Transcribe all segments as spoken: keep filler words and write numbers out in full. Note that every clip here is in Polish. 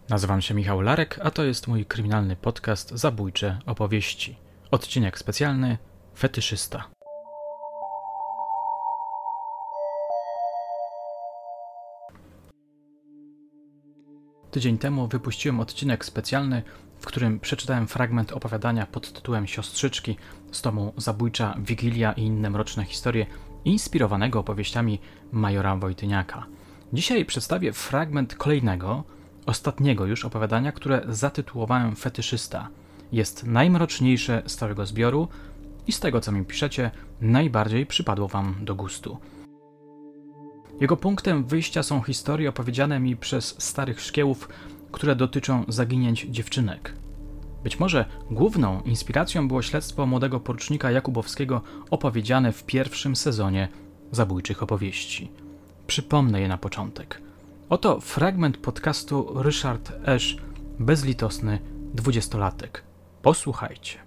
Nazywam się Michał Larek, a to jest mój kryminalny podcast Zabójcze opowieści. Odcinek specjalny Fetyszysta. Tydzień temu wypuściłem odcinek specjalny, w którym przeczytałem fragment opowiadania pod tytułem Siostrzyczki z tomu Zabójcza Wigilia i inne mroczne historie, inspirowanego opowieściami majora Wojtyniaka. Dzisiaj przedstawię fragment kolejnego, ostatniego już opowiadania, które zatytułowałem Fetyszysta. Jest najmroczniejsze z całego zbioru i z tego, co mi piszecie, najbardziej przypadło wam do gustu. Jego punktem wyjścia są historie opowiedziane mi przez starych szkiełów, które dotyczą zaginięć dziewczynek. Być może główną inspiracją było śledztwo młodego porucznika Jakubowskiego opowiedziane w pierwszym sezonie Zabójczych opowieści. Przypomnę je na początek. Oto fragment podcastu Ryszard Esz, bezlitosny dwudziestolatek. Posłuchajcie.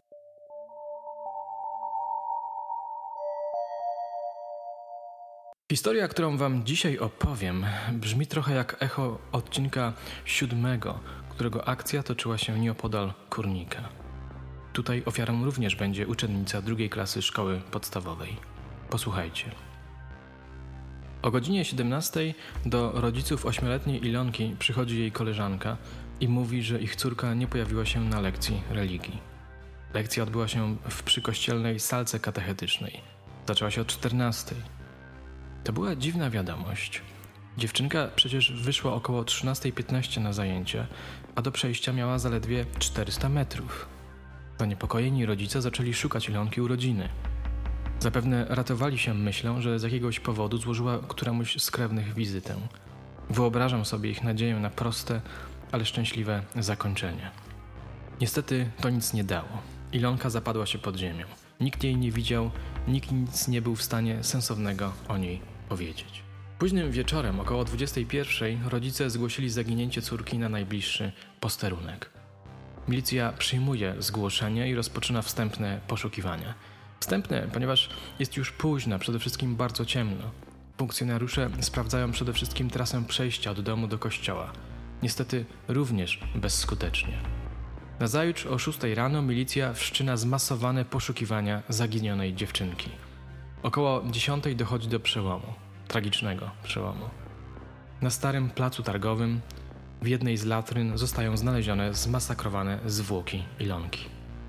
Historia, którą wam dzisiaj opowiem, brzmi trochę jak echo odcinka siódmego, którego akcja toczyła się nieopodal Kurnika. Tutaj ofiarą również będzie uczennica drugiej klasy szkoły podstawowej. Posłuchajcie. O godzinie siedemnastej do rodziców ośmioletniej Ilonki przychodzi jej koleżanka i mówi, że ich córka nie pojawiła się na lekcji religii. Lekcja odbyła się w przykościelnej salce katechetycznej. Zaczęła się o czternastej. To była dziwna wiadomość. Dziewczynka przecież wyszła około trzynasta piętnaście na zajęcie, a do przejścia miała zaledwie czterysta metrów. Zaniepokojeni rodzice zaczęli szukać Ilonki u rodziny. Zapewne ratowali się myślą, że z jakiegoś powodu złożyła któremuś z krewnych wizytę. Wyobrażam sobie ich nadzieję na proste, ale szczęśliwe zakończenie. Niestety to nic nie dało. Ilonka zapadła się pod ziemią. Nikt jej nie widział, nikt nic nie był w stanie sensownego o niej powiedzieć. Późnym wieczorem, około dwudziestej pierwszej, rodzice zgłosili zaginięcie córki na najbliższy posterunek. Milicja przyjmuje zgłoszenie i rozpoczyna wstępne poszukiwania. Wstępne, ponieważ jest już późno, przede wszystkim bardzo ciemno. Funkcjonariusze sprawdzają przede wszystkim trasę przejścia od domu do kościoła. Niestety również bezskutecznie. Nazajutrz o szóstej rano milicja wszczyna zmasowane poszukiwania zaginionej dziewczynki. Około dziesiątej dochodzi do przełomu. Tragicznego przełomu. Na starym placu targowym w jednej z latryn zostają znalezione zmasakrowane zwłoki Ilonki.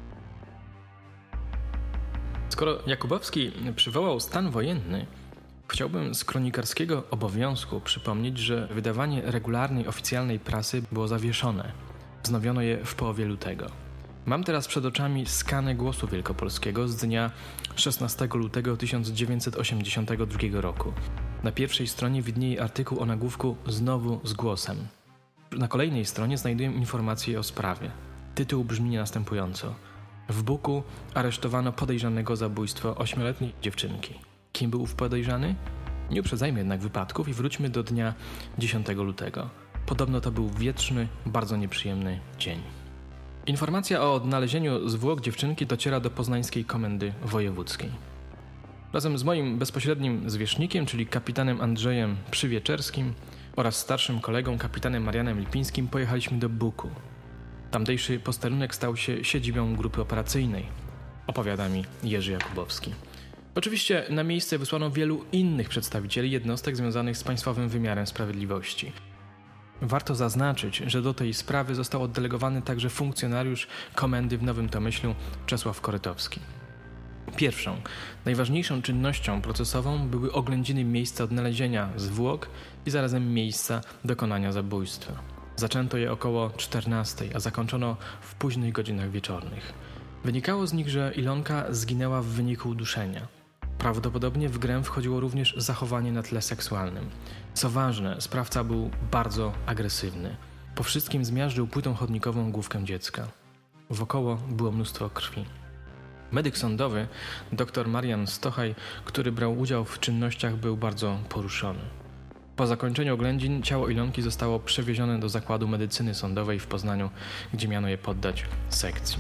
Skoro Jakubowski przywołał stan wojenny, chciałbym z kronikarskiego obowiązku przypomnieć, że wydawanie regularnej oficjalnej prasy było zawieszone. Wznowiono je w połowie lutego. Mam teraz przed oczami skanę Głosu Wielkopolskiego z dnia szesnastego lutego tysiąc dziewięćset osiemdziesiątego drugiego roku. Na pierwszej stronie widnieje artykuł o nagłówku Znowu z głosem. Na kolejnej stronie znajduję informację o sprawie. Tytuł brzmi następująco. W Buku aresztowano podejrzanego zabójstwa ośmioletniej dziewczynki. Kim był ów podejrzany? Nie uprzedzajmy jednak wypadków i wróćmy do dnia dziesiątego lutego. Podobno to był wietrzny, bardzo nieprzyjemny dzień. Informacja o odnalezieniu zwłok dziewczynki dociera do poznańskiej komendy wojewódzkiej. Razem z moim bezpośrednim zwierzchnikiem, czyli kapitanem Andrzejem Przywieczerskim oraz starszym kolegą kapitanem Marianem Lipińskim pojechaliśmy do Buku. Tamtejszy posterunek stał się siedzibą grupy operacyjnej, opowiada mi Jerzy Jakubowski. Oczywiście na miejsce wysłano wielu innych przedstawicieli jednostek związanych z państwowym wymiarem sprawiedliwości. Warto zaznaczyć, że do tej sprawy został oddelegowany także funkcjonariusz komendy w Nowym Tomyślu Czesław Korytowski. Pierwszą, najważniejszą czynnością procesową były oględziny miejsca odnalezienia zwłok i zarazem miejsca dokonania zabójstwa. Zaczęto je około czternastej, a zakończono w późnych godzinach wieczornych. Wynikało z nich, że Ilonka zginęła w wyniku uduszenia. Prawdopodobnie w grę wchodziło również zachowanie na tle seksualnym. Co ważne, sprawca był bardzo agresywny. Po wszystkim zmiażdżył płytą chodnikową główkę dziecka. Wokoło było mnóstwo krwi. Medyk sądowy, dr Marian Stochaj, który brał udział w czynnościach, był bardzo poruszony. Po zakończeniu oględzin ciało Ilonki zostało przewiezione do Zakładu Medycyny Sądowej w Poznaniu, gdzie miano je poddać sekcji.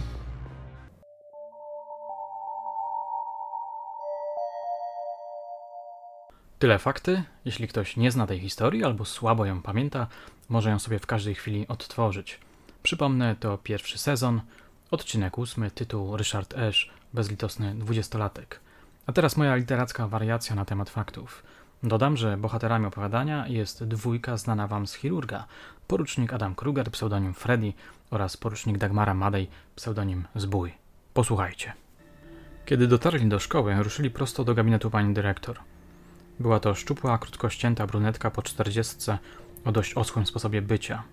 Tyle fakty. Jeśli ktoś nie zna tej historii albo słabo ją pamięta, może ją sobie w każdej chwili odtworzyć. Przypomnę, to pierwszy sezon, odcinek ósmy, tytuł Ryszard Esz, bezlitosny dwudziestolatek. A teraz moja literacka wariacja na temat faktów. Dodam, że bohaterami opowiadania jest dwójka znana wam z Chirurga, porucznik Adam Kruger, pseudonim Freddy, oraz porucznik Dagmara Madej, pseudonim Zbój. Posłuchajcie. Kiedy dotarli do szkoły, ruszyli prosto do gabinetu pani dyrektor. Była to szczupła, krótko ścięta brunetka po czterdziestce o dość oschłym sposobie bycia.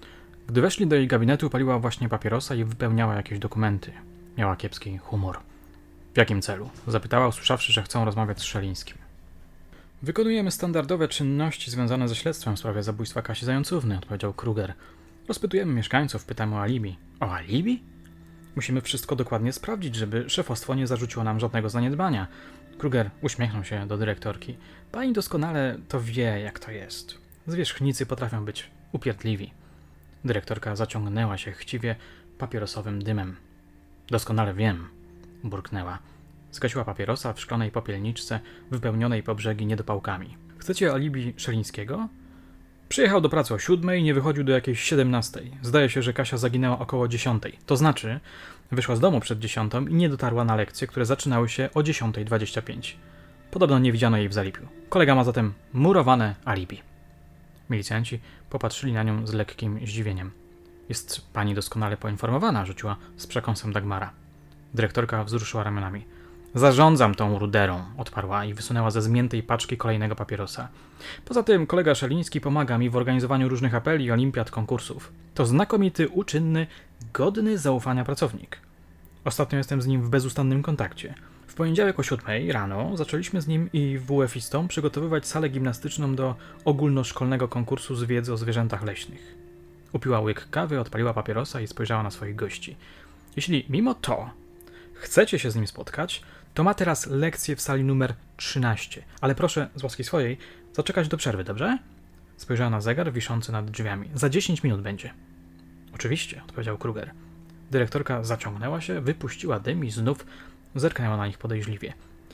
Gdy weszli do jej gabinetu, paliła właśnie papierosa i wypełniała jakieś dokumenty. Miała kiepski humor. W jakim celu? Zapytała, usłyszawszy, że chcą rozmawiać z Szelińskim. Wykonujemy standardowe czynności związane ze śledztwem w sprawie zabójstwa Kasi Zającówny, odpowiedział Kruger. Rozpytujemy mieszkańców, pytamy o alibi. O alibi? Musimy wszystko dokładnie sprawdzić, żeby szefostwo nie zarzuciło nam żadnego zaniedbania. Kruger uśmiechnął się do dyrektorki. Pani doskonale to wie, jak to jest. Zwierzchnicy potrafią być upierdliwi. Dyrektorka zaciągnęła się chciwie papierosowym dymem. Doskonale wiem, burknęła. Zgasiła papierosa w szklanej popielniczce wypełnionej po brzegi niedopałkami. Chcecie alibi Szelińskiego? Przyjechał do pracy o siódmej i nie wychodził do jakiejś siedemnastej. Zdaje się, że Kasia zaginęła około dziesiątej. To znaczy, wyszła z domu przed dziesiątą i nie dotarła na lekcje, które zaczynały się o dziesiąta dwadzieścia pięć. Podobno nie widziano jej w Zalipiu. Kolega ma zatem murowane alibi. Milicjanci popatrzyli na nią z lekkim zdziwieniem. Jest pani doskonale poinformowana, rzuciła z przekąsem Dagmara. Dyrektorka wzruszyła ramionami. Zarządzam tą ruderą, odparła i wysunęła ze zmiętej paczki kolejnego papierosa. Poza tym kolega Szeliński pomaga mi w organizowaniu różnych apeli, olimpiad, konkursów. To znakomity, uczynny, godny zaufania pracownik. Ostatnio jestem z nim w bezustannym kontakcie. W poniedziałek o siódmej rano zaczęliśmy z nim i W F istą przygotowywać salę gimnastyczną do ogólnoszkolnego konkursu z wiedzy o zwierzętach leśnych. Upiła łyk kawy, odpaliła papierosa i spojrzała na swoich gości. Jeśli mimo to chcecie się z nim spotkać, to ma teraz lekcję w sali numer trzynaście. Ale proszę z łaski swojej zaczekać do przerwy, dobrze? Spojrzała na zegar wiszący nad drzwiami. Za dziesięć minut będzie. Oczywiście, odpowiedział Kruger. Dyrektorka zaciągnęła się, wypuściła dym i znów zerknęła na nich podejrzliwie.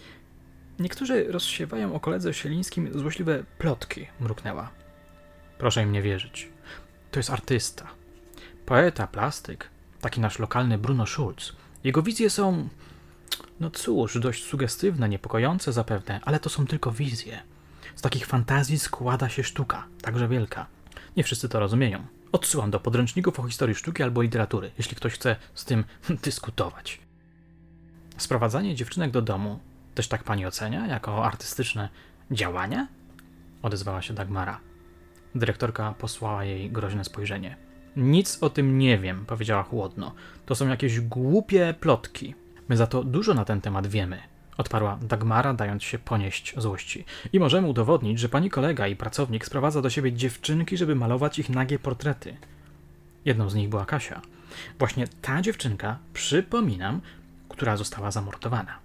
Niektórzy rozsiewają o koledze Szelińskim złośliwe plotki, mruknęła. Proszę im nie wierzyć. To jest artysta. Poeta, plastyk. Taki nasz lokalny Bruno Schulz. Jego wizje są, no cóż, dość sugestywne, niepokojące zapewne, ale to są tylko wizje. Z takich fantazji składa się sztuka, także wielka. Nie wszyscy to rozumieją. Odsyłam do podręczników o historii sztuki albo literatury, jeśli ktoś chce z tym dyskutować. Sprowadzanie dziewczynek do domu też tak pani ocenia, jako artystyczne działania? Odezwała się Dagmara. Dyrektorka posłała jej groźne spojrzenie. Nic o tym nie wiem, powiedziała chłodno. To są jakieś głupie plotki. My za to dużo na ten temat wiemy, odparła Dagmara, dając się ponieść złości. I możemy udowodnić, że pani kolega i pracownik sprowadza do siebie dziewczynki, żeby malować ich nagie portrety. Jedną z nich była Kasia. Właśnie ta dziewczynka, przypominam, która została zamordowana.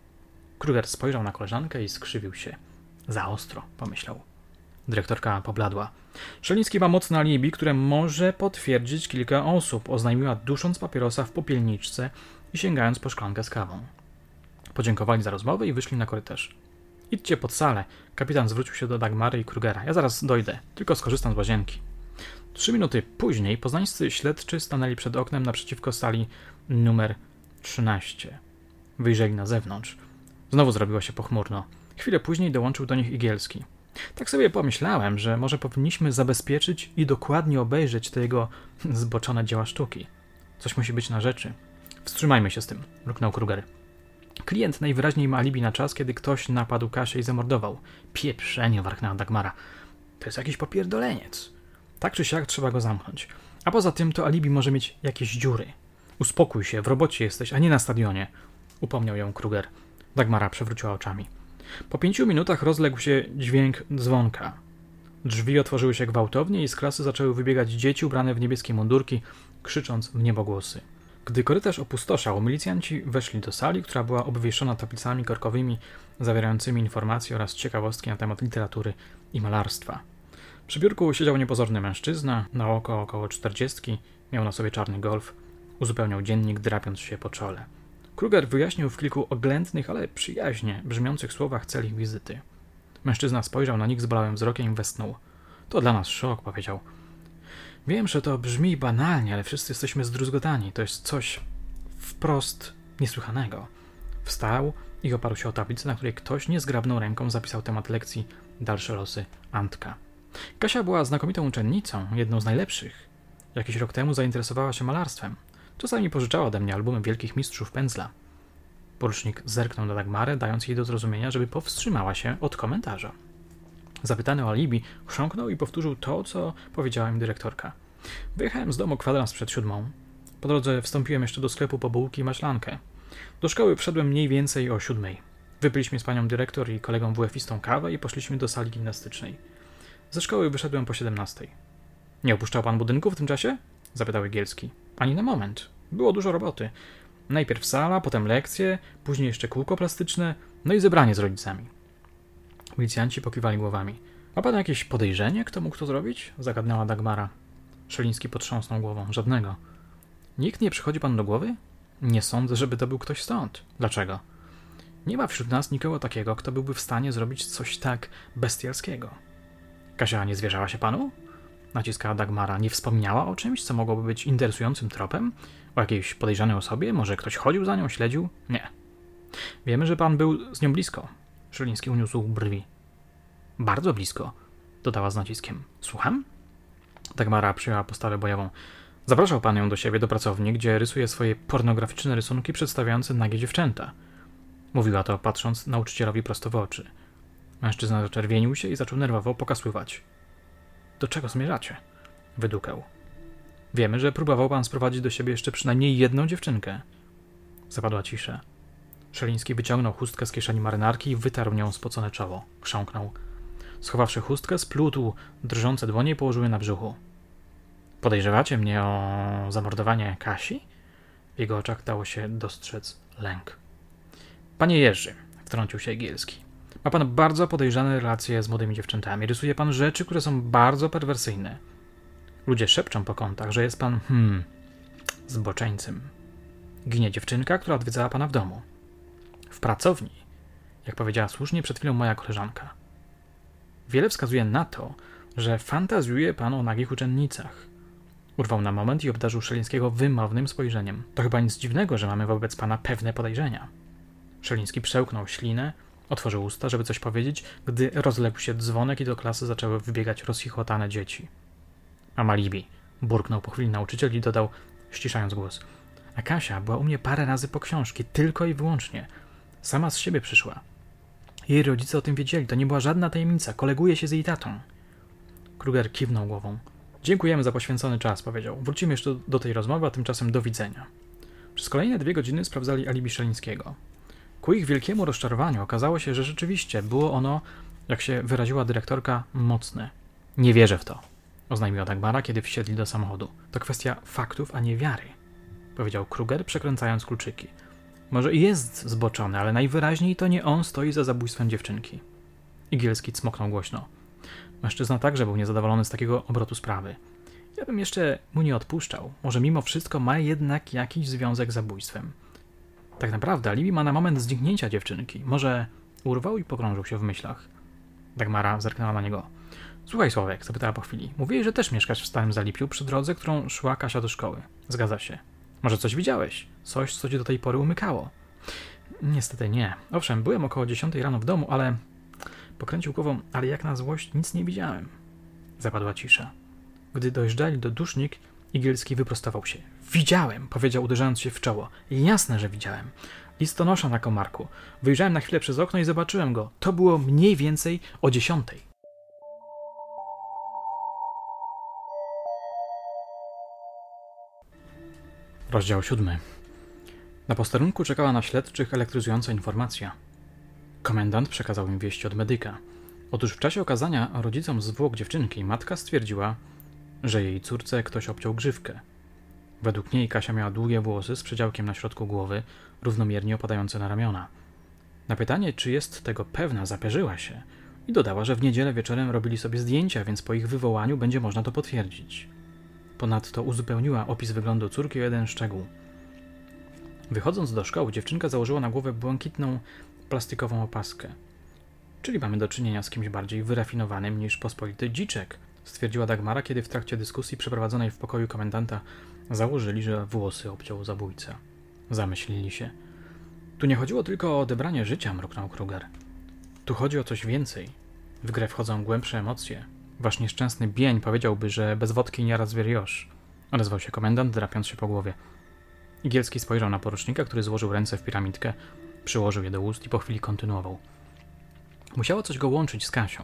Kruger spojrzał na koleżankę i skrzywił się. Za ostro, pomyślał. Dyrektorka pobladła. Szeliński ma mocne alibi, które może potwierdzić kilka osób, oznajmiła, dusząc papierosa w popielniczce i sięgając po szklankę z kawą. Podziękowali za rozmowę i wyszli na korytarz. Idźcie pod salę. Kapitan zwrócił się do Dagmary i Krugera. Ja zaraz dojdę, tylko skorzystam z łazienki. Trzy minuty później poznańscy śledczy stanęli przed oknem naprzeciwko sali numer trzynaście. Wyjrzeli na zewnątrz. Znowu zrobiło się pochmurno. Chwilę później dołączył do nich Igielski. Tak sobie pomyślałem, że może powinniśmy zabezpieczyć i dokładnie obejrzeć te jego zboczone dzieła sztuki. Coś musi być na rzeczy. Wstrzymajmy się z tym, mruknął Kruger. Klient najwyraźniej ma alibi na czas, kiedy ktoś napadł Kasię i zamordował. Pieprzenie, warknęła Dagmara. To jest jakiś popierdoleniec. Tak czy siak trzeba go zamknąć. A poza tym to alibi może mieć jakieś dziury. Uspokój się, w robocie jesteś, a nie na stadionie, upomniał ją Kruger. Dagmara przewróciła oczami. Po pięciu minutach rozległ się dźwięk dzwonka. Drzwi otworzyły się gwałtownie i z klasy zaczęły wybiegać dzieci ubrane w niebieskie mundurki, krzycząc w niebogłosy. Gdy korytarz opustoszał, milicjanci weszli do sali, która była obwieszona tablicami korkowymi zawierającymi informacje oraz ciekawostki na temat literatury i malarstwa. Przy biurku siedział niepozorny mężczyzna, na oko około czterdziestki, miał na sobie czarny golf, uzupełniał dziennik, drapiąc się po czole. Kruger wyjaśnił w kilku oględnych, ale przyjaźnie brzmiących słowach cel ich wizyty. Mężczyzna spojrzał na nich zbolałym wzrokiem i westchnął. To dla nas szok, powiedział. Wiem, że to brzmi banalnie, ale wszyscy jesteśmy zdruzgotani. To jest coś wprost niesłychanego. Wstał i oparł się o tablicę, na której ktoś niezgrabną ręką zapisał temat lekcji Dalsze losy Antka. Kasia była znakomitą uczennicą, jedną z najlepszych. Jakiś rok temu zainteresowała się malarstwem. Czasami pożyczała ode mnie albumy wielkich mistrzów pędzla. Porucznik zerknął na Dagmarę, dając jej do zrozumienia, żeby powstrzymała się od komentarza. Zapytany o alibi, chrząknął i powtórzył to, co powiedziała im dyrektorka. Wyjechałem z domu kwadrans przed siódmą. Po drodze wstąpiłem jeszcze do sklepu po bułki i maślankę. Do szkoły wszedłem mniej więcej o siódmej. Wypiliśmy z panią dyrektor i kolegą W F-istą kawę i poszliśmy do sali gimnastycznej. Ze szkoły wyszedłem po siedemnastej. Nie opuszczał pan budynku w tym czasie? Zapytał Jegierski. Ani na moment. Było dużo roboty. Najpierw sala, potem lekcje, później jeszcze kółko plastyczne, no i zebranie z rodzicami. Milicjanci pokiwali głowami. Ma pan jakieś podejrzenie, kto mógł to zrobić? Zagadnęła Dagmara. Szeliński potrząsnął głową. Żadnego. Nikt nie przychodzi pan do głowy? Nie sądzę, żeby to był ktoś stąd. Dlaczego? Nie ma wśród nas nikogo takiego, kto byłby w stanie zrobić coś tak bestialskiego. Kasia nie zwierzała się panu? Naciskała Dagmara. Nie wspomniała o czymś, co mogłoby być interesującym tropem? O jakiejś podejrzanej osobie? Może ktoś chodził za nią, śledził? Nie. Wiemy, że pan był z nią blisko. Szeliński uniósł brwi. Bardzo blisko, dodała z naciskiem. Słucham? Dagmara przyjęła postawę bojową. Zapraszał pan ją do siebie, do pracowni, gdzie rysuje swoje pornograficzne rysunki przedstawiające nagie dziewczęta. Mówiła to, patrząc nauczycielowi prosto w oczy. Mężczyzna zaczerwienił się i zaczął nerwowo pokasływać. Do czego zmierzacie? Wydukał. Wiemy, że próbował pan sprowadzić do siebie jeszcze przynajmniej jedną dziewczynkę. Zapadła cisza. Szeliński wyciągnął chustkę z kieszeni marynarki i wytarł nią spocone czoło. Chrząknął. Schowawszy chustkę, splótł drżące dłonie i położył je na brzuchu. Podejrzewacie mnie o zamordowanie Kasi? W jego oczach dało się dostrzec lęk. Panie Jerzy, wtrącił się Jegierski, ma pan bardzo podejrzane relacje z młodymi dziewczętami. Rysuje pan rzeczy, które są bardzo perwersyjne. Ludzie szepczą po kątach, że jest pan, hmm, zboczeńcem. Ginie dziewczynka, która odwiedzała pana w domu. W pracowni, jak powiedziała słusznie przed chwilą moja koleżanka. Wiele wskazuje na to, że fantazjuje pan o nagich uczennicach. Urwał na moment i obdarzył Szelińskiego wymownym spojrzeniem. To chyba nic dziwnego, że mamy wobec pana pewne podejrzenia. Szeliński przełknął ślinę, otworzył usta, żeby coś powiedzieć, gdy rozległ się dzwonek i do klasy zaczęły wybiegać rozchichotane dzieci. Mam alibi, burknął po chwili nauczyciel i dodał, ściszając głos. A Kasia była u mnie parę razy po książki, tylko i wyłącznie. Sama z siebie przyszła. Jej rodzice o tym wiedzieli, to nie była żadna tajemnica, koleguje się z jej tatą. Kruger kiwnął głową. Dziękujemy za poświęcony czas, powiedział. Wrócimy jeszcze do, do tej rozmowy, a tymczasem do widzenia. Przez kolejne dwie godziny sprawdzali alibi Szelińskiego. Ku ich wielkiemu rozczarowaniu okazało się, że rzeczywiście było ono, jak się wyraziła dyrektorka, mocne. Nie wierzę w to, oznajmiła Dagmara, kiedy wsiedli do samochodu. To kwestia faktów, a nie wiary, powiedział Kruger, przekręcając kluczyki. Może i jest zboczony, ale najwyraźniej to nie on stoi za zabójstwem dziewczynki. Igielski cmoknął głośno. Mężczyzna także był niezadowolony z takiego obrotu sprawy. Ja bym jeszcze mu nie odpuszczał. Może mimo wszystko ma jednak jakiś związek z zabójstwem. Tak naprawdę alibi ma na moment zniknięcia dziewczynki. Może urwał i pogrążył się w myślach. Dagmara zerknęła na niego. Słuchaj, Sławek, zapytała po chwili. Mówiłeś, że też mieszkasz w Starym Zalipiu przy drodze, którą szła Kasia do szkoły. Zgadza się. Może coś widziałeś? Coś, co ci do tej pory umykało? Niestety nie. Owszem, byłem około dziesiątej rano w domu, ale... Pokręcił głową, ale jak na złość nic nie widziałem. Zapadła cisza. Gdy dojeżdżali do Dusznik, Igielski wyprostował się. Widziałem, powiedział, uderzając się w czoło. Jasne, że widziałem. Listonosza na komarku. Wyjrzałem na chwilę przez okno i zobaczyłem go. To było mniej więcej o dziesiątej. Rozdział siódmy. Na posterunku czekała na śledczych elektryzująca informacja. Komendant przekazał im wieści od medyka. Otóż w czasie okazania rodzicom zwłok dziewczynki matka stwierdziła, że jej córce ktoś obciął grzywkę. Według niej Kasia miała długie włosy z przedziałkiem na środku głowy, równomiernie opadające na ramiona. Na pytanie, czy jest tego pewna, zaperzyła się i dodała, że w niedzielę wieczorem robili sobie zdjęcia, więc po ich wywołaniu będzie można to potwierdzić. Ponadto uzupełniła opis wyglądu córki o jeden szczegół. Wychodząc do szkoły, dziewczynka założyła na głowę błękitną, plastikową opaskę. Czyli mamy do czynienia z kimś bardziej wyrafinowanym niż pospolity dziczek, stwierdziła Dagmara, kiedy w trakcie dyskusji przeprowadzonej w pokoju komendanta założyli, że włosy obciął zabójca. Zamyślili się. Tu nie chodziło tylko o odebranie życia, mruknął Kruger. Tu chodzi o coś więcej. W grę wchodzą głębsze emocje. Wasz nieszczęsny bień powiedziałby, że bez wodki nie rozwieriosz. Odezwał się komendant, drapiąc się po głowie. Igielski spojrzał na porucznika, który złożył ręce w piramidkę, przyłożył je do ust i po chwili kontynuował. Musiało coś go łączyć z Kasią.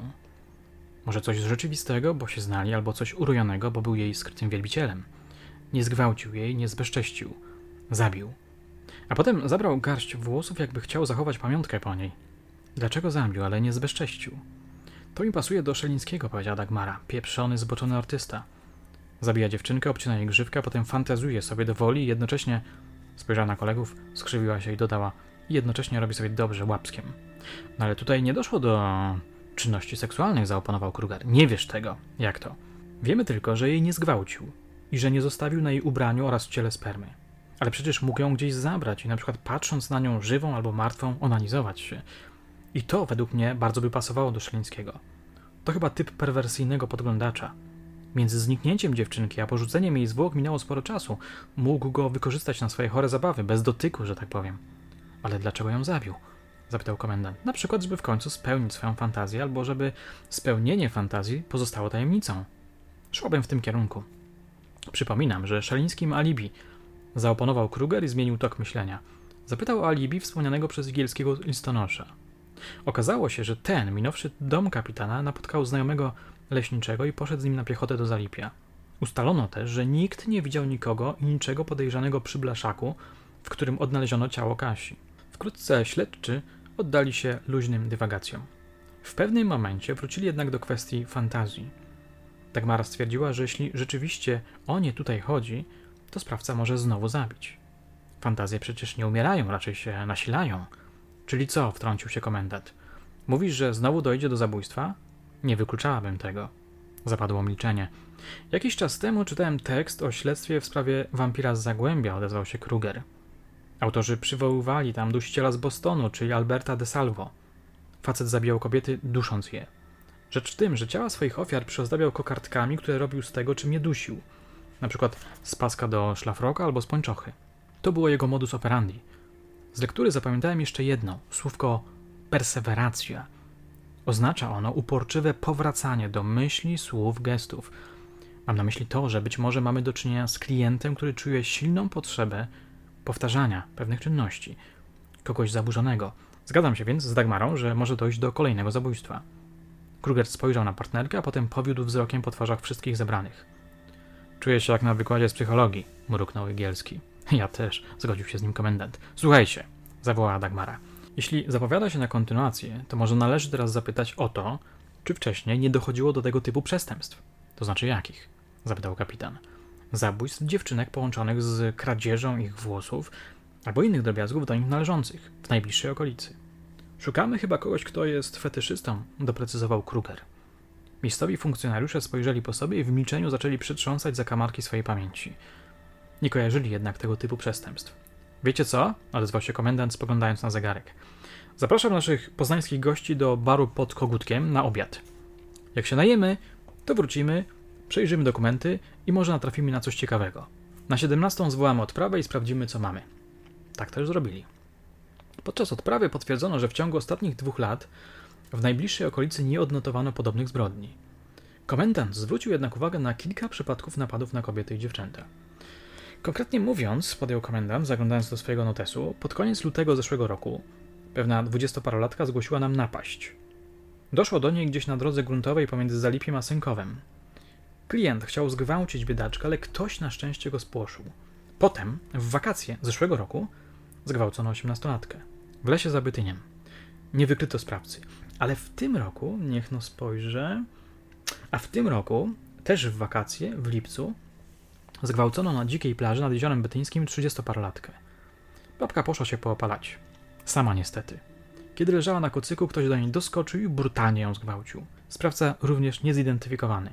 Może coś rzeczywistego, bo się znali, albo coś urojonego, bo był jej skrytym wielbicielem. Nie zgwałcił jej, nie zbezcześcił. Zabił. A potem zabrał garść włosów, jakby chciał zachować pamiątkę po niej. Dlaczego zabił, ale nie zbezcześcił? To mi pasuje do Szelińskiego, powiedziała Dagmara. Pieprzony, zboczony artysta. Zabija dziewczynkę, obcina jej grzywkę, a potem fantazuje sobie do woli i jednocześnie spojrzała na kolegów, skrzywiła się i dodała i jednocześnie robi sobie dobrze łapskiem. No ale tutaj nie doszło do czynności seksualnych, zaoponował Kruger. Nie wiesz tego. Jak to? Wiemy tylko, że jej nie zgwałcił i że nie zostawił na jej ubraniu oraz ciele spermy. Ale przecież mógł ją gdzieś zabrać i na przykład patrząc na nią żywą albo martwą onanizować się. I to według mnie bardzo by pasowało do Szelińskiego. To chyba typ perwersyjnego podglądacza. Między zniknięciem dziewczynki a porzuceniem jej zwłok minęło sporo czasu. Mógł go wykorzystać na swoje chore zabawy, bez dotyku, że tak powiem. Ale dlaczego ją zabił? Zapytał komendant. Na przykład, żeby w końcu spełnić swoją fantazję, albo żeby spełnienie fantazji pozostało tajemnicą. Szłabym w tym kierunku. Przypominam, że Szeliński ma alibi. Zaoponował Kruger i zmienił tok myślenia. Zapytał o alibi wspomnianego przez Igielskiego listonosza. Okazało się, że ten, minąwszy dom kapitana, napotkał znajomego leśniczego i poszedł z nim na piechotę do Zalipia. Ustalono też, że nikt nie widział nikogo i niczego podejrzanego przy blaszaku, w którym odnaleziono ciało Kasi. Wkrótce śledczy oddali się luźnym dywagacjom. W pewnym momencie wrócili jednak do kwestii fantazji. Dagmara stwierdziła, że jeśli rzeczywiście o nie tutaj chodzi, to sprawca może znowu zabić. Fantazje przecież nie umierają, raczej się nasilają. Czyli co? Wtrącił się komendant. Mówisz, że znowu dojdzie do zabójstwa? Nie wykluczałabym tego. Zapadło milczenie. Jakiś czas temu czytałem tekst o śledztwie w sprawie wampira z Zagłębia, odezwał się Kruger. Autorzy przywoływali tam dusiciela z Bostonu, czyli Alberta de Salvo. Facet zabijał kobiety, dusząc je. Rzecz w tym, że ciała swoich ofiar przyozdabiał kokardkami, które robił z tego, czym je dusił. Na przykład z paska do szlafroka albo z pończochy. To było jego modus operandi. Z lektury zapamiętałem jeszcze jedno, słówko perseweracja. Oznacza ono uporczywe powracanie do myśli, słów, gestów. Mam na myśli to, że być może mamy do czynienia z klientem, który czuje silną potrzebę powtarzania pewnych czynności. Kogoś zaburzonego. Zgadzam się więc z Dagmarą, że może dojść do kolejnego zabójstwa. Kruger spojrzał na partnerkę, a potem powiódł wzrokiem po twarzach wszystkich zebranych. Czuję się jak na wykładzie z psychologii, mruknął Igielski. Ja też, zgodził się z nim komendant. Słuchajcie, zawołała Dagmara. Jeśli zapowiada się na kontynuację, to może należy teraz zapytać o to, czy wcześniej nie dochodziło do tego typu przestępstw. To znaczy jakich? Zapytał kapitan. Zabójstw dziewczynek połączonych z kradzieżą ich włosów albo innych drobiazgów do nich należących w najbliższej okolicy. Szukamy chyba kogoś, kto jest fetyszystą, doprecyzował Kruger. Miejscowi funkcjonariusze spojrzeli po sobie i w milczeniu zaczęli przytrząsać zakamarki swojej pamięci. Nie kojarzyli jednak tego typu przestępstw. Wiecie co? Odezwał się komendant, spoglądając na zegarek. Zapraszam naszych poznańskich gości do baru pod Kogutkiem na obiad. Jak się najemy, to wrócimy, przejrzymy dokumenty i może natrafimy na coś ciekawego. Na siedemnastą zwołamy odprawę i sprawdzimy, co mamy. Tak też zrobili. Podczas odprawy potwierdzono, że w ciągu ostatnich dwóch lat w najbliższej okolicy nie odnotowano podobnych zbrodni. Komendant zwrócił jednak uwagę na kilka przypadków napadów na kobiety i dziewczęta. Konkretnie mówiąc, podjął komendant, zaglądając do swojego notesu, pod koniec lutego zeszłego roku pewna dwudziestoparolatka zgłosiła nam napaść. Doszło do niej gdzieś na drodze gruntowej pomiędzy Zalipiem a Sękowem. Klient chciał zgwałcić biedaczkę, ale ktoś na szczęście go spłoszył. Potem, w wakacje zeszłego roku, zgwałcono osiemnastolatkę. W lesie za Bytyniem. Nie wykryto sprawcy. Ale w tym roku, niech no spojrzę... A w tym roku, też w wakacje, w lipcu, zgwałcono na dzikiej plaży nad jeziorem bytyńskim trzydziestoparolatkę. Babka poszła się poopalać. Sama niestety. Kiedy leżała na kocyku, ktoś do niej doskoczył i brutalnie ją zgwałcił. Sprawca również niezidentyfikowany.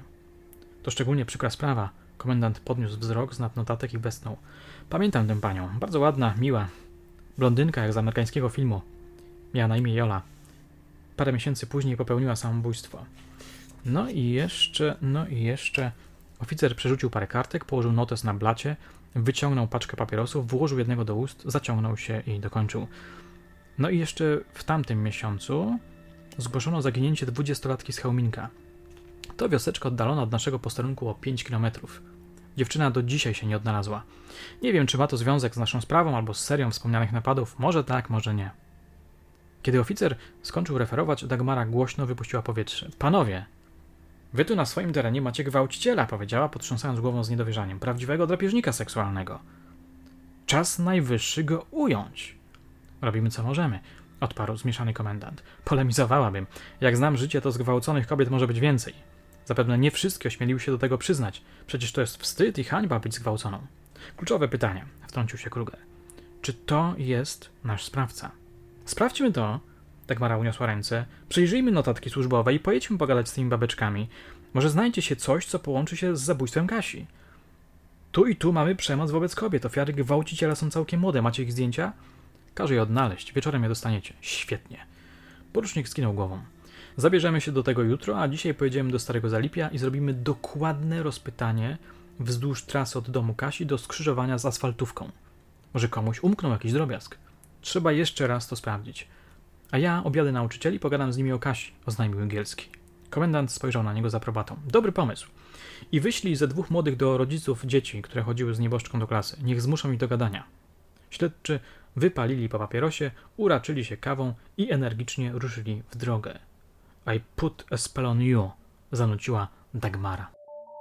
To szczególnie przykra sprawa. Komendant podniósł wzrok z nad notatek i westchnął. Pamiętam tę panią. Bardzo ładna, miła. Blondynka jak z amerykańskiego filmu. Miała na imię Jola. parę miesięcy później popełniła samobójstwo. No i jeszcze, no i jeszcze oficer przerzucił parę kartek, położył notes na blacie, wyciągnął paczkę papierosów, włożył jednego do ust, zaciągnął się i dokończył. No i jeszcze w tamtym miesiącu zgłoszono zaginięcie dwudziestolatki z Chełminka. To wioseczka oddalona od naszego posterunku o pięć kilometrów. Dziewczyna do dzisiaj się nie odnalazła. Nie wiem, czy ma to związek z naszą sprawą albo z serią wspomnianych napadów. Może tak, może nie. Kiedy oficer skończył referować, Dagmara głośno wypuściła powietrze. Panowie, wy tu na swoim terenie macie gwałciciela, powiedziała, potrząsając głową z niedowierzaniem. Prawdziwego drapieżnika seksualnego. Czas najwyższy go ująć. Robimy co możemy, odparł zmieszany komendant. Polemizowałabym. Jak znam życie, to zgwałconych kobiet może być więcej. Zapewne nie wszystkie ośmieliły się do tego przyznać. Przecież to jest wstyd i hańba być zgwałconą. Kluczowe pytanie, wtrącił się Kruger. Czy to jest nasz sprawca? Sprawdźmy to, Dagmara uniosła ręce. Przyjrzyjmy notatki służbowe i pojedźmy pogadać z tymi babeczkami. Może znajdzie się coś, co połączy się z zabójstwem Kasi. Tu i tu mamy przemoc wobec kobiet. Ofiary gwałciciela są całkiem młode. Macie ich zdjęcia? Każę je odnaleźć. Wieczorem je dostaniecie. Świetnie. Porucznik skinął głową. Zabierzemy się do tego jutro, a dzisiaj pojedziemy do Starego Zalipia i zrobimy dokładne rozpytanie wzdłuż trasy od domu Kasi do skrzyżowania z asfaltówką. Może komuś umknął jakiś drobiazg. Trzeba jeszcze raz to sprawdzić. A ja objadę nauczycieli i pogadam z nimi o Kasi, oznajmił Jęgielski. Komendant spojrzał na niego z aprobatą. Dobry pomysł. I wyślij ze dwóch młodych do rodziców dzieci, które chodziły z nieboszczką do klasy. Niech zmuszą ich do gadania. Śledczy wypalili po papierosie, uraczyli się kawą i energicznie ruszyli w drogę. I put a spell on you, zanuciła Dagmara.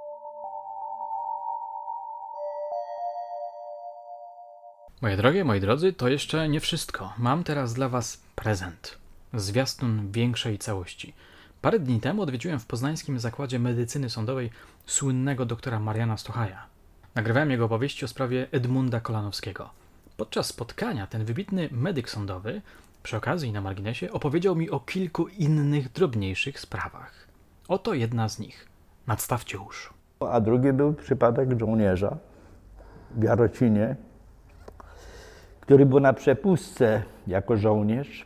Moje drogie, moi drodzy, to jeszcze nie wszystko. Mam teraz dla was prezent. Zwiastun większej całości. Parę dni temu odwiedziłem w poznańskim zakładzie medycyny sądowej słynnego doktora Mariana Stochaja. Nagrywałem jego opowieści o sprawie Edmunda Kolanowskiego. Podczas spotkania ten wybitny medyk sądowy, przy okazji na marginesie, opowiedział mi o kilku innych drobniejszych sprawach. Oto jedna z nich. Nadstawcie uszu. A drugi był przypadek żołnierza w Jarocinie, który był na przepustce jako żołnierz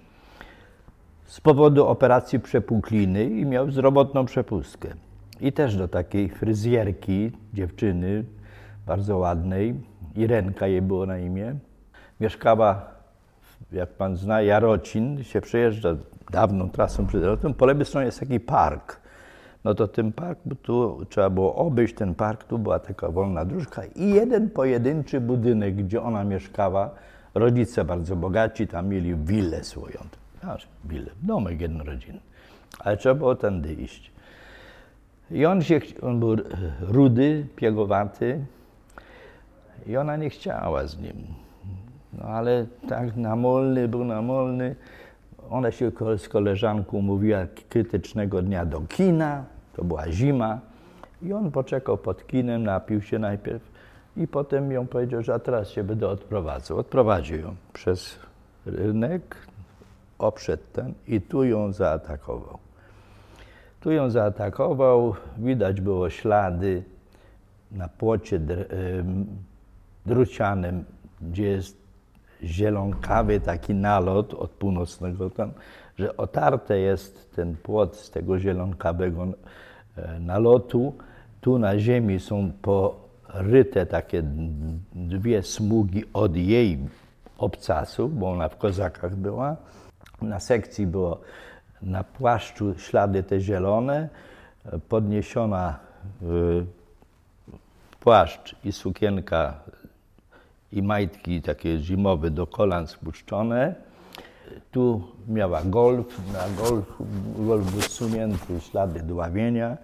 z powodu operacji przepukliny i miał zdrowotną przepustkę. I też do takiej fryzjerki, dziewczyny bardzo ładnej, Irenka jej było na imię, mieszkała, jak pan zna, Jarocin, się przejeżdża dawną trasą przed Jarocinem, po lewej stronie jest taki park. No to ten park, tu trzeba było obejść ten park, tu była taka wolna dróżka i jeden pojedynczy budynek, gdzie ona mieszkała. Rodzice bardzo bogaci, tam mieli willę swoją. Znaczy, willę, domek jednorodzinny. Ale trzeba było tędy iść. I on, się, on był rudy, piegowaty i ona nie chciała z nim. No ale tak namolny, był namolny. Ona się z koleżanką mówiła krytycznego dnia do kina, to była zima. I on poczekał pod kinem, napił się najpierw i potem ją powiedział, że a teraz się będę odprowadzał. Odprowadził ją przez rynek, obszedł ten i tu ją zaatakował. Tu ją zaatakował, widać było ślady na płocie drucianym, gdzie jest zielonkawy taki nalot od północnego tam, że otarte jest ten płot z tego zielonkawego nalotu. Tu na ziemi są poryte takie dwie smugi od jej obcasów, bo ona w kozakach była. Na sekcji było na płaszczu ślady te zielone, podniesiona płaszcz i sukienka i majtki takie zimowe do kolan spuszczone. Tu miała golf, na golf, golf był zsunięty, ślady dławienia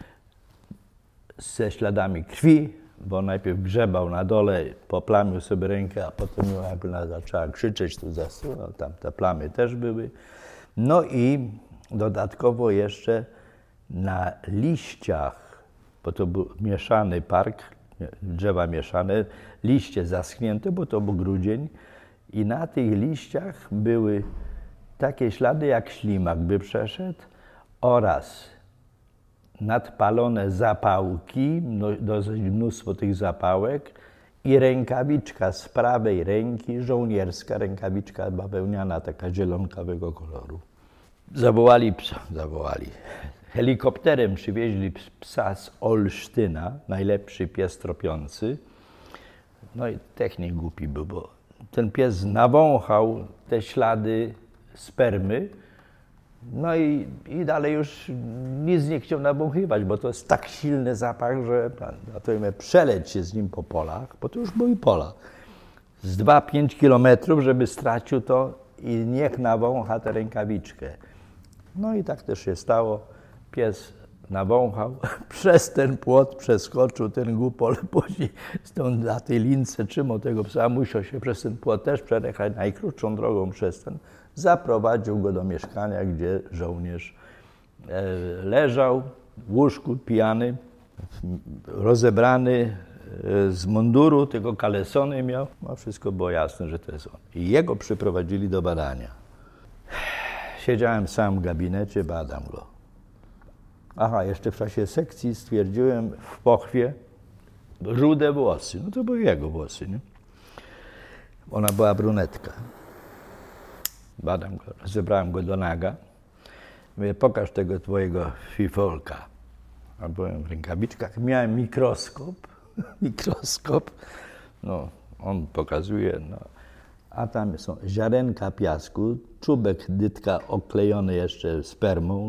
ze śladami krwi, bo najpierw grzebał na dole, poplamił sobie rękę, a potem jak ona zaczęła krzyczeć, tu zasunął, tam te plamy też były. No i dodatkowo jeszcze na liściach, bo to był mieszany park, drzewa mieszane, liście zaschnięte, bo to był grudzień i na tych liściach były takie ślady, jak ślimak by przeszedł oraz nadpalone zapałki, no, dosyć mnóstwo tych zapałek i rękawiczka z prawej ręki, żołnierska rękawiczka bawełniana, taka zielonkawego koloru. Zawołali psa, zawołali. Helikopterem przywieźli psa z Olsztyna, najlepszy pies tropiący. No i technik głupi był, bo ten pies nawąchał te ślady spermy, no i, i dalej już nic nie chciał nawąchywać, bo to jest tak silny zapach, że a to mnie przeleć się z nim po polach, bo to już były pola. Z dwa pięć kilometrów, żeby stracił to i niech nawącha tę rękawiczkę. No i tak też się stało. Pies nawąchał, przez ten płot przeskoczył ten głupol, później stąd na tej lince trzymał tego psa, musiał się przez ten płot też przejechać najkrótszą drogą przez ten. Zaprowadził go do mieszkania, gdzie żołnierz e, leżał w łóżku, pijany, rozebrany e, z munduru, tylko kalesony miał. No, wszystko było jasne, że to jest on. I jego przyprowadzili do badania. Siedziałem sam w gabinecie, badam go. Aha, jeszcze w czasie sekcji stwierdziłem w pochwie rude włosy. No to były jego włosy, nie? Ona była brunetka. Badam go, zebrałem go do naga. Mówię, pokaż tego twojego fifolka. A byłem w rękawiczkach, miałem mikroskop. mikroskop. No, on pokazuje, no. A tam są ziarenka piasku, czubek dytka oklejony jeszcze spermą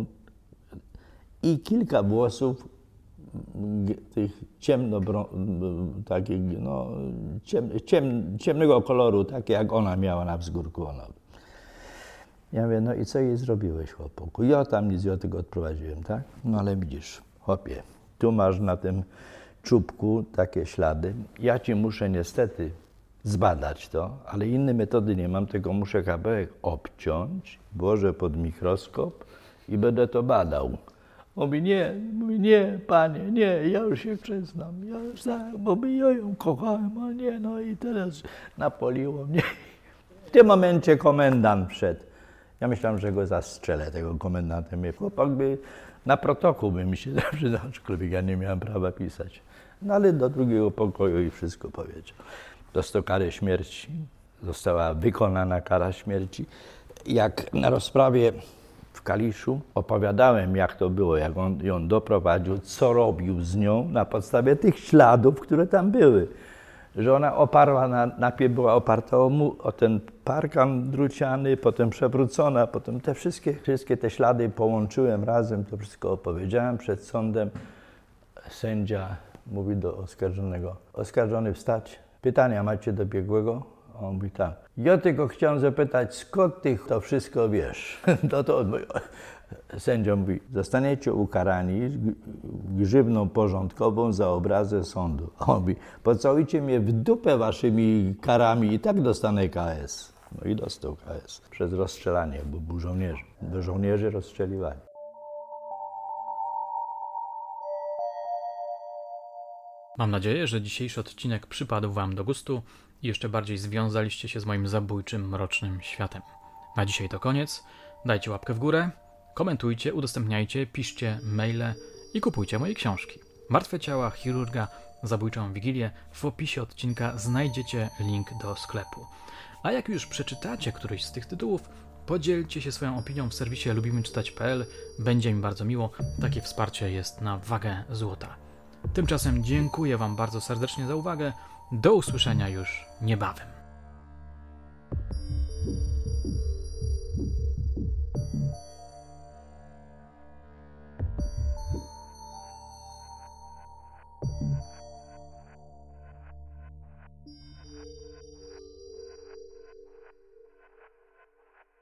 i kilka włosów tych ciemno, takich, no, ciem, ciem, ciemnego koloru, takie jak ona miała na wzgórku. Ona. Ja mówię, no i co jej zrobiłeś, chłopaku? Ja tam nic, ja tego odprowadziłem, tak? No ale widzisz, chłopie, tu masz na tym czubku takie ślady. Ja ci muszę niestety zbadać to, ale innej metody nie mam, tylko muszę kawałek obciąć, włożę pod mikroskop i będę to badał. Mówi, nie, mówi, nie, panie, nie, ja już się przyznam, ja już tak, bo ja ją kochałem, a nie, no i teraz napoliło mnie. W tym momencie komendant wszedł. Ja myślałem, że go zastrzelę, tego komendanta. Mnie chłopak by na protokół by mi się przydał, aczkolwiek ja nie miałem prawa pisać. No ale do drugiego pokoju i wszystko powiedział. Dostał karę śmierci, została wykonana kara śmierci. Jak na rozprawie w Kaliszu opowiadałem, jak to było, jak on ją doprowadził, co robił z nią na podstawie tych śladów, które tam były. Że ona oparła, na, najpierw była oparta o, mu, o ten parkan druciany, potem przewrócona, potem te wszystkie, wszystkie te ślady połączyłem razem, to wszystko opowiedziałem przed sądem. Sędzia mówi do oskarżonego, oskarżony wstać, pytania macie do biegłego? A on mówi tak, ja tylko chciałem zapytać, skąd ty to wszystko wiesz? No to sędzia mówi, zostaniecie ukarani grzywną porządkową za obrazę sądu. A on mówi, pocałujcie mnie w dupę waszymi karami i tak dostanę K S. No i dostał K S przez rozstrzelanie, bo był żołnierzy. Bo żołnierze rozstrzeliwali. Mam nadzieję, że dzisiejszy odcinek przypadł wam do gustu i jeszcze bardziej związaliście się z moim zabójczym, mrocznym światem. Na dzisiaj to koniec. Dajcie łapkę w górę, komentujcie, udostępniajcie, piszcie maile i kupujcie moje książki. Martwe ciała chirurga, zabójczą wigilię. W opisie odcinka znajdziecie link do sklepu. A jak już przeczytacie któryś z tych tytułów, podzielcie się swoją opinią w serwisie lubimy czytać kropka p l. Będzie mi bardzo miło. Takie wsparcie jest na wagę złota. Tymczasem dziękuję wam bardzo serdecznie za uwagę. Do usłyszenia już niebawem.